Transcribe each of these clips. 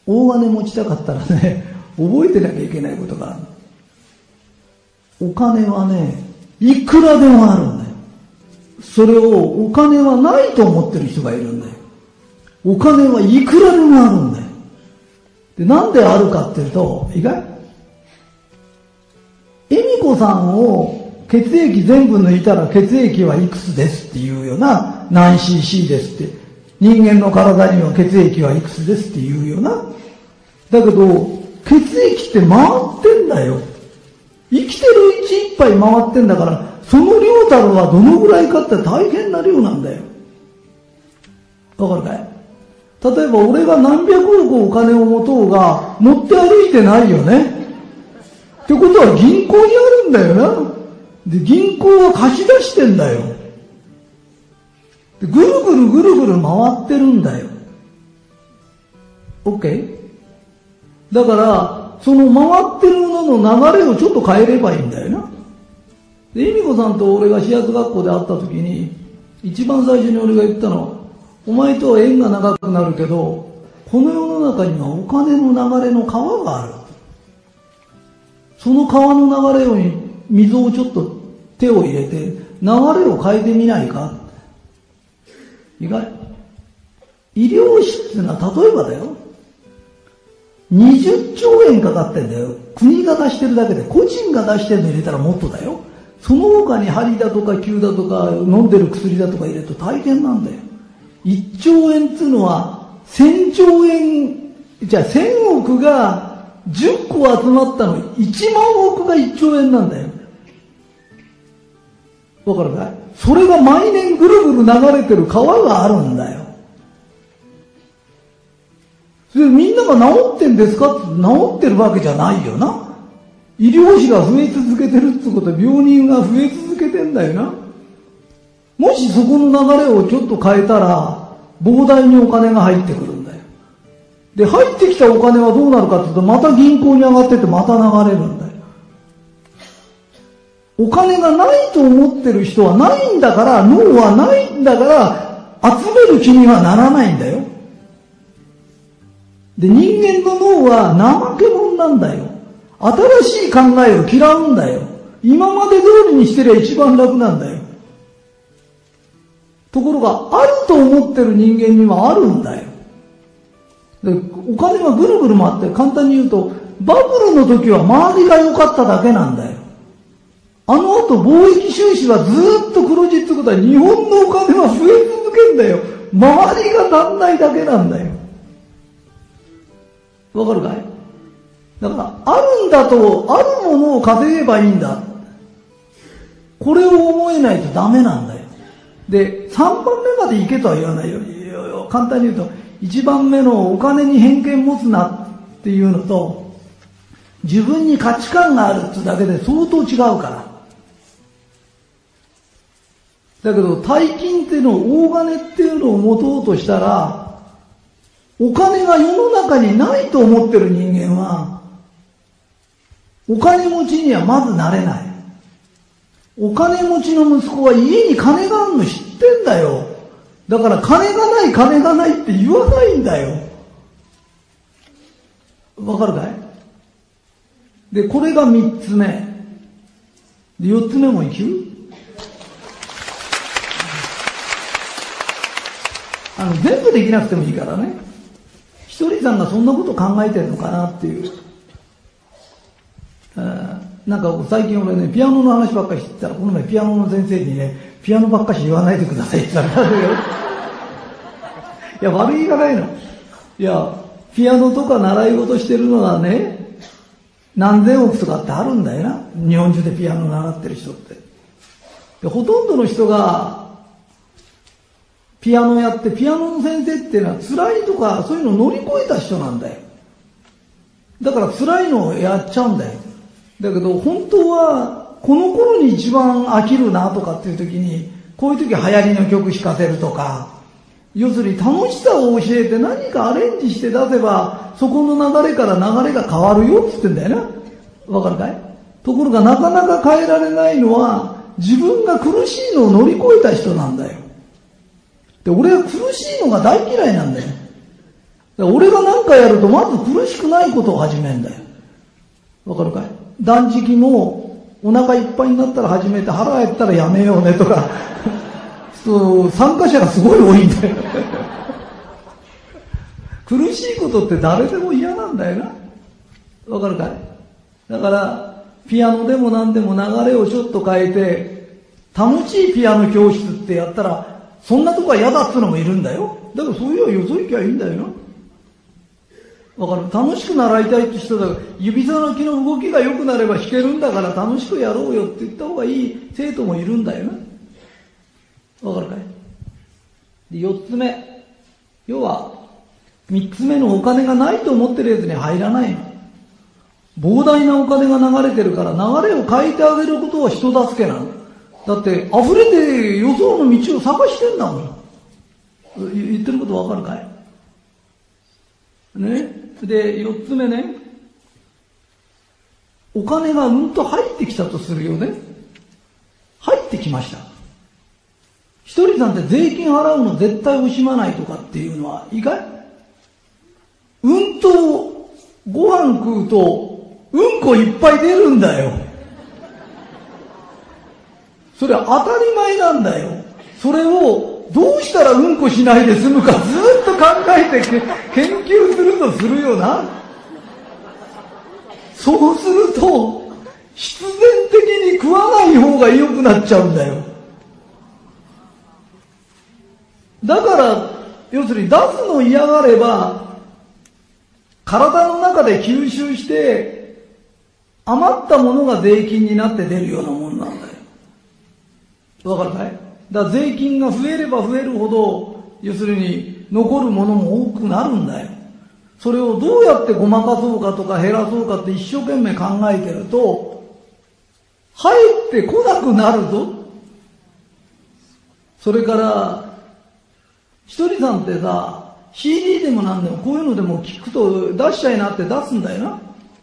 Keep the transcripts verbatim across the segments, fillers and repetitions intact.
大金持ちたかったらね、覚えてなきゃいけないことがある。お金はね、いくらでもあるんだよ。それをお金はないと思ってる人がいるんだよ。お金はいくらでもあるんだよ。で、なんであるかっていうと、意外恵美子さんを血液全部抜いたら血液はいくつですっていうような、何 シーシー ですって、人間の体には血液はいくつですっていうような。だけど血液って回ってんだよ。生きてるうちいっぱい回ってんだから、その量たるはどのぐらいかって大変な量なんだよ。わかるかい？例えば俺が何百億お金を持とうが持って歩いてないよね。ってことは銀行にあるんだよな。で、銀行は貸し出してんだよ。で、ぐるぐるぐるぐる回ってるんだよ。OK？ だからその回ってるものの流れをちょっと変えればいいんだよな。で、恵美子さんと俺が私立学校で会った時に、一番最初に俺が言ったのは、お前とは縁が長くなるけど、この世の中にはお金の流れの川がある。その川の流れに水をちょっと手を入れて、流れを変えてみないか。意外。医療費っていうのは例えばだよ。にじゅっちょうえんかかってんだよ。国が出してるだけで、個人が出してるの入れたらもっとだよ。その他に針だとか灸だとか飲んでる薬だとか入れると大変なんだよ。いっちょうえんっていうのはせんちょうえん、じゃあせんおくがじゅっこ集まったのいちまんおくがいっちょうえんなんだよ。わかるかい？それが毎年ぐるぐる流れてる川があるんだよ。それみんなが治ってんですかって、治ってるわけじゃないよな。医療費が増え続けてるってことは病人が増え続けてんだよな。もしそこの流れをちょっと変えたら膨大にお金が入ってくるんだよ。で、入ってきたお金はどうなるかっていうと、また銀行に上がってってまた流れるんだよ。お金がないと思ってる人はないんだから、脳はないんだから集める気にはならないんだよ。で、人間の脳は怠け者なんだよ。新しい考えを嫌うんだよ。今まで通りにしてりゃ一番楽なんだよ。ところが、あると思ってる人間にはあるんだよ。で、お金がぐるぐる回って、簡単に言うと、バブルの時は周りが良かっただけなんだよ。あの後貿易収支はずっと黒字ってことは、日本のお金は増え続けんだよ。周りが足んないだけなんだよ。わかるかい？だから、あるんだと、あるものを稼げばいいんだ。これを思えないとダメなんだよ。で、さんばんめまで行けとは言わないよ。簡単に言うと、いちばんめのお金に偏見持つなっていうのと、自分に価値観があるってだけで相当違うから。だけど、大金っていうのを、大金っていうのを持とうとしたら、お金が世の中にないと思ってる人間は、お金持ちにはまずなれない。お金持ちの息子は家に金があるの知ってんだよ。だから金がない金がないって言わないんだよ。わかるかい？で、これが三つ目。で、四つ目もいける？あの、全部できなくてもいいからね。ひとりさんがそんなこと考えてるのかなっていう。なんか最近俺ね、ピアノの話ばっかりしてたら、この前ピアノの先生にね、ピアノばっかし言わないでくださいって言ったら、いや、悪い言い方ないの。いや、ピアノとか習い事してるのはね、何千億とかってあるんだよな。日本中でピアノ習ってる人って。で、ほとんどの人が、ピアノやって、ピアノの先生っていうのは辛いとか、そういうのを乗り越えた人なんだよ。だから辛いのをやっちゃうんだよ。だけど本当はこの頃に一番飽きるなとかっていう時に、こういう時流行りの曲弾かせるとか、要するに楽しさを教えて何かアレンジして出せば、そこの流れから流れが変わるよって言ってんだよな。わかるかい？ところがなかなか変えられないのは、自分が苦しいのを乗り越えた人なんだよ。で、俺は苦しいのが大嫌いなんだよ。 俺が何かやるとまず苦しくないことを始めるんだよ。わかるかい？断食もお腹いっぱいになったら始めて腹減ったらやめようねとかそう参加者がすごい多いんだよ苦しいことって誰でも嫌なんだよな。わかるかい？だからピアノでも何でも流れをちょっと変えて楽しいピアノ教室ってやったらそんなとこは嫌だってのもいるんだよ。だからそういうのはよそ行きゃいいんだよな。わかる？楽しく習いたいって人だから指さなきの動きが良くなれば弾けるんだから楽しくやろうよって言った方がいい生徒もいるんだよな。わかるかい？でよっつめ、要はみっつめのお金がないと思ってるやつに入らないの。膨大なお金が流れてるから流れを変えてあげることは人助けなの。だって溢れて予想の道を探してんだもん。言ってることわかるかい？ね。で、よっつめね。お金がうんと入ってきたとするよね。入ってきました。ひとりさんって税金払うの絶対惜しまないとかっていうのはいいかい？うんとご飯食うとうんこいっぱい出るんだよ。それは当たり前なんだよ。それをどうしたらうんこしないで済むかずっと考えて研究するとするよな。そうすると必然的に食わない方が良くなっちゃうんだよ。だから要するに出すの嫌がれば体の中で吸収して余ったものが税金になって出るようなもんなんだよ。わかるかい？だから税金が増えれば増えるほど要するに残るものも多くなるんだよ。それをどうやってごまかそうかとか減らそうかって一生懸命考えてると入ってこなくなるぞ。それからひとりさんってさ シーディー でもなんでもこういうのでも聞くと出しちゃいなって出すんだよな。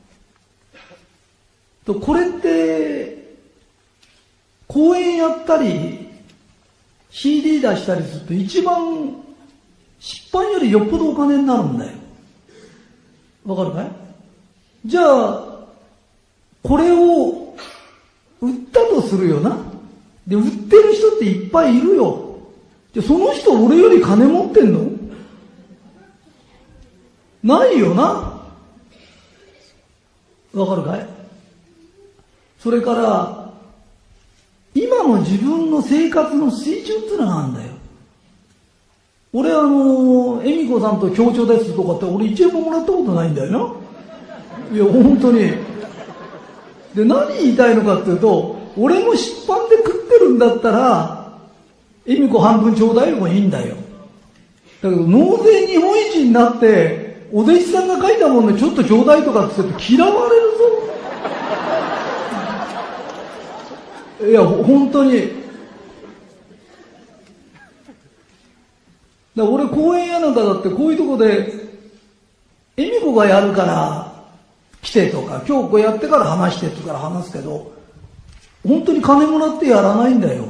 とこれって講演やったり シーディー 出したりすると一番出版よりよっぽどお金になるんだよ。わかるかい？じゃあこれを売ったとするよな。で売ってる人っていっぱいいるよ。じゃあその人俺より金持ってんの？ないよな。わかるかい？それから今の自分の生活の水準っていうのがあるんだよ。俺あの恵美子さんと協調ですとかって俺一円ももらったことないんだよな。いや本当に。で何言いたいのかっていうと俺も出版で食ってるんだったら恵美子半分ちょうだいもいいんだよ。だけど納税日本一になってお弟子さんが書いたものでちょっとちょうだいとかって言って嫌われるぞ。いや本当に。だ俺講演やなんかだってこういうとこで恵美子がやるから来てとか今日こうやってから話してって言うから話すけど本当に金もらってやらないんだよ。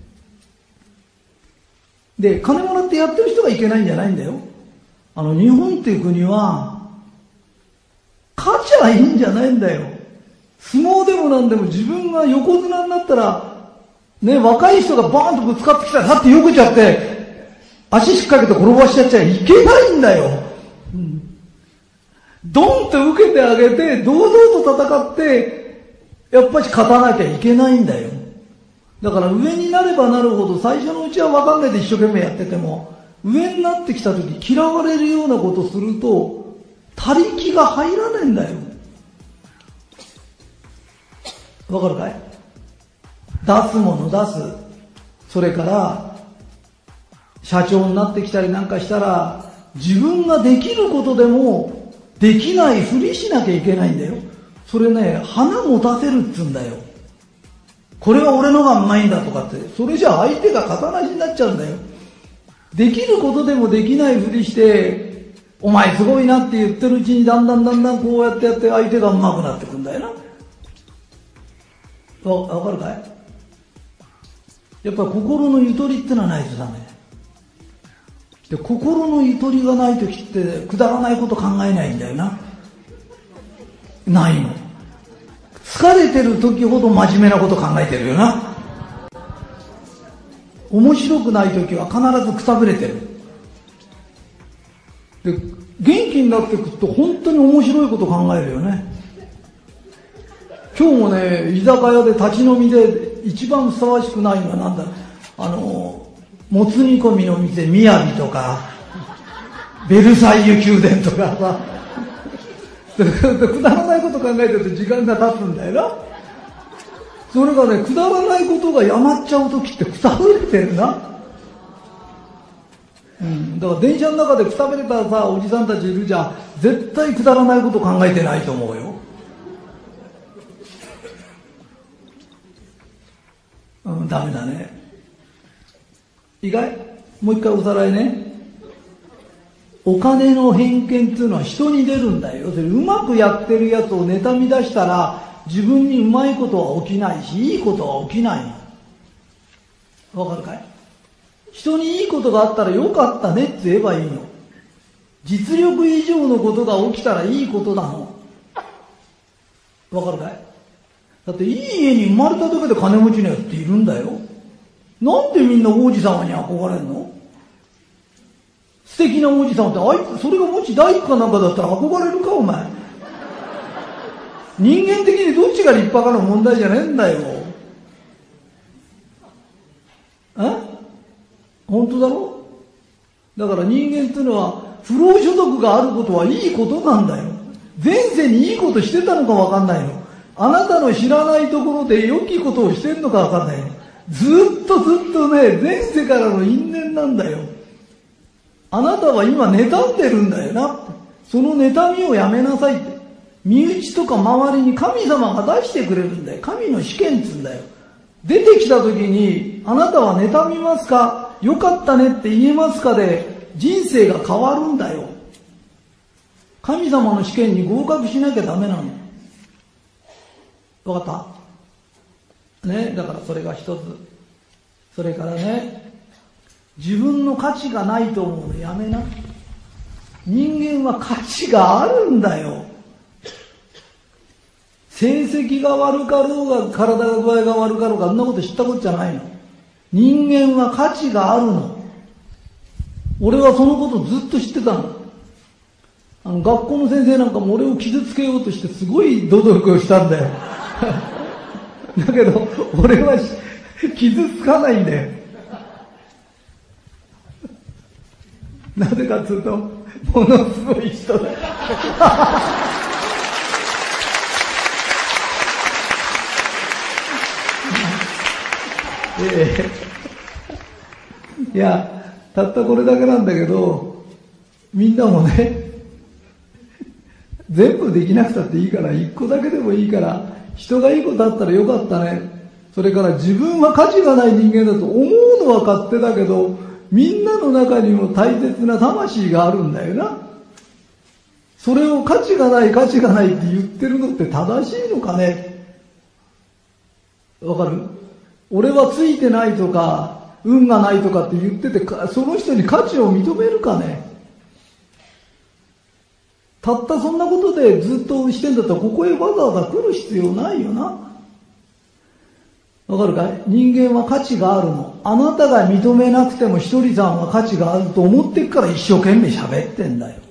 で金もらってやってる人がいけないんじゃないんだよ。あの日本っていう国は勝ちゃいいんじゃないんだよ。相撲でもなんでも自分が横綱になったらね若い人がバーンとぶつかってきたらさってよけちゃって足引っ掛けて転ばしちゃっちゃいけないんだよ。うん、ドンって受けてあげて堂々と戦ってやっぱり勝たなきゃいけないんだよ。だから上になればなるほど最初のうちは分かんないで一生懸命やってても上になってきた時嫌われるようなことすると他力が入らないんだよ。わかるかい？出すもの出す。それから社長になってきたりなんかしたら自分ができることでもできないふりしなきゃいけないんだよ。それね花持たせるっつうんだよ。これは俺のがうまいんだとかってそれじゃ相手が肩なしになっちゃうんだよ。できることでもできないふりしてお前すごいなって言ってるうちにだんだんだんだんこうやってやって相手がうまくなってくんだよな。わ、わかるかい？やっぱり心のゆとりってのはないとダメだ。 で、心のゆとりがない時ってくだらないこと考えないんだよな。ないの。疲れてる時ほど真面目なこと考えてるよな。面白くない時は必ずくたぶれてる。で、元気になってくると本当に面白いこと考えるよね。今日もね、居酒屋で立ち飲みで一番ふさわしくないのはなんだ、あのもつ煮込みの店みやびとかベルサイユ宮殿とかさくだらないこと考えてると時間が経つんだよな。それがね、くだらないことがやまっちゃう時ってくたぶれてるな。うん、だから電車の中でくたびれたさおじさんたちいるじゃん。絶対くだらないこと考えてないと思うよ。うん、ダメだね。意外もう一回おさらいね。お金の偏見っていうのは人に出るんだよ。要するにうまくやってるやつを妬み出したら自分にうまいことは起きないし、いいことは起きないの。わかるかい？人にいいことがあったらよかったねって言えばいいの。実力以上のことが起きたらいいことなの。わかるかい？だっていい家に生まれただけで金持ちのやつっているんだよ。なんでみんな王子様に憧れるの？素敵な王子様ってあいつ、それがもし大工かなんかだったら憧れるかお前。人間的にどっちが立派かの問題じゃねえんだよ。え？本当だろ？だから人間っていうのは不労所得があることはいいことなんだよ。前世にいいことしてたのかわかんないの。あなたの知らないところで良きことをしてんのかわかんないの。ずっとずっとね、前世からの因縁なんだよ。あなたは今妬んでるんだよな。その妬みをやめなさいって。身内とか周りに神様が出してくれるんだよ。神の試験っつうんだよ。出てきた時にあなたは妬みますか、よかったねって言えますかで人生が変わるんだよ。神様の試験に合格しなきゃダメなの。わかったね。だからそれが一つ。それからね、自分の価値がないと思うのやめな。人間は価値があるんだよ。成績が悪かろうが体が具合が悪かろうがそんなこと知ったことじゃないの。人間は価値があるの。俺はそのことずっと知ってたの。あの学校の先生なんかも俺を傷つけようとしてすごい努力をしたんだよだけど俺は傷つかないんだよ。なぜかというとものすごい人だええ、いやたったこれだけなんだけど、みんなもね全部できなくたっていいから一個だけでもいいから人がいいことあったらよかったね。それから自分は価値がない人間だと思うのは勝手だけど、みんなの中にも大切な魂があるんだよな。それを価値がない価値がないって言ってるのって正しいのかね。わかる？俺はついてないとか運がないとかって言ってて、その人に価値を認めるかね。たったそんなことでずっとしてんだったらここへわざわざ来る必要ないよな。わかるかい？人間は価値があるの。あなたが認めなくてもひとりさんは価値があると思ってっから一生懸命喋ってんだよ。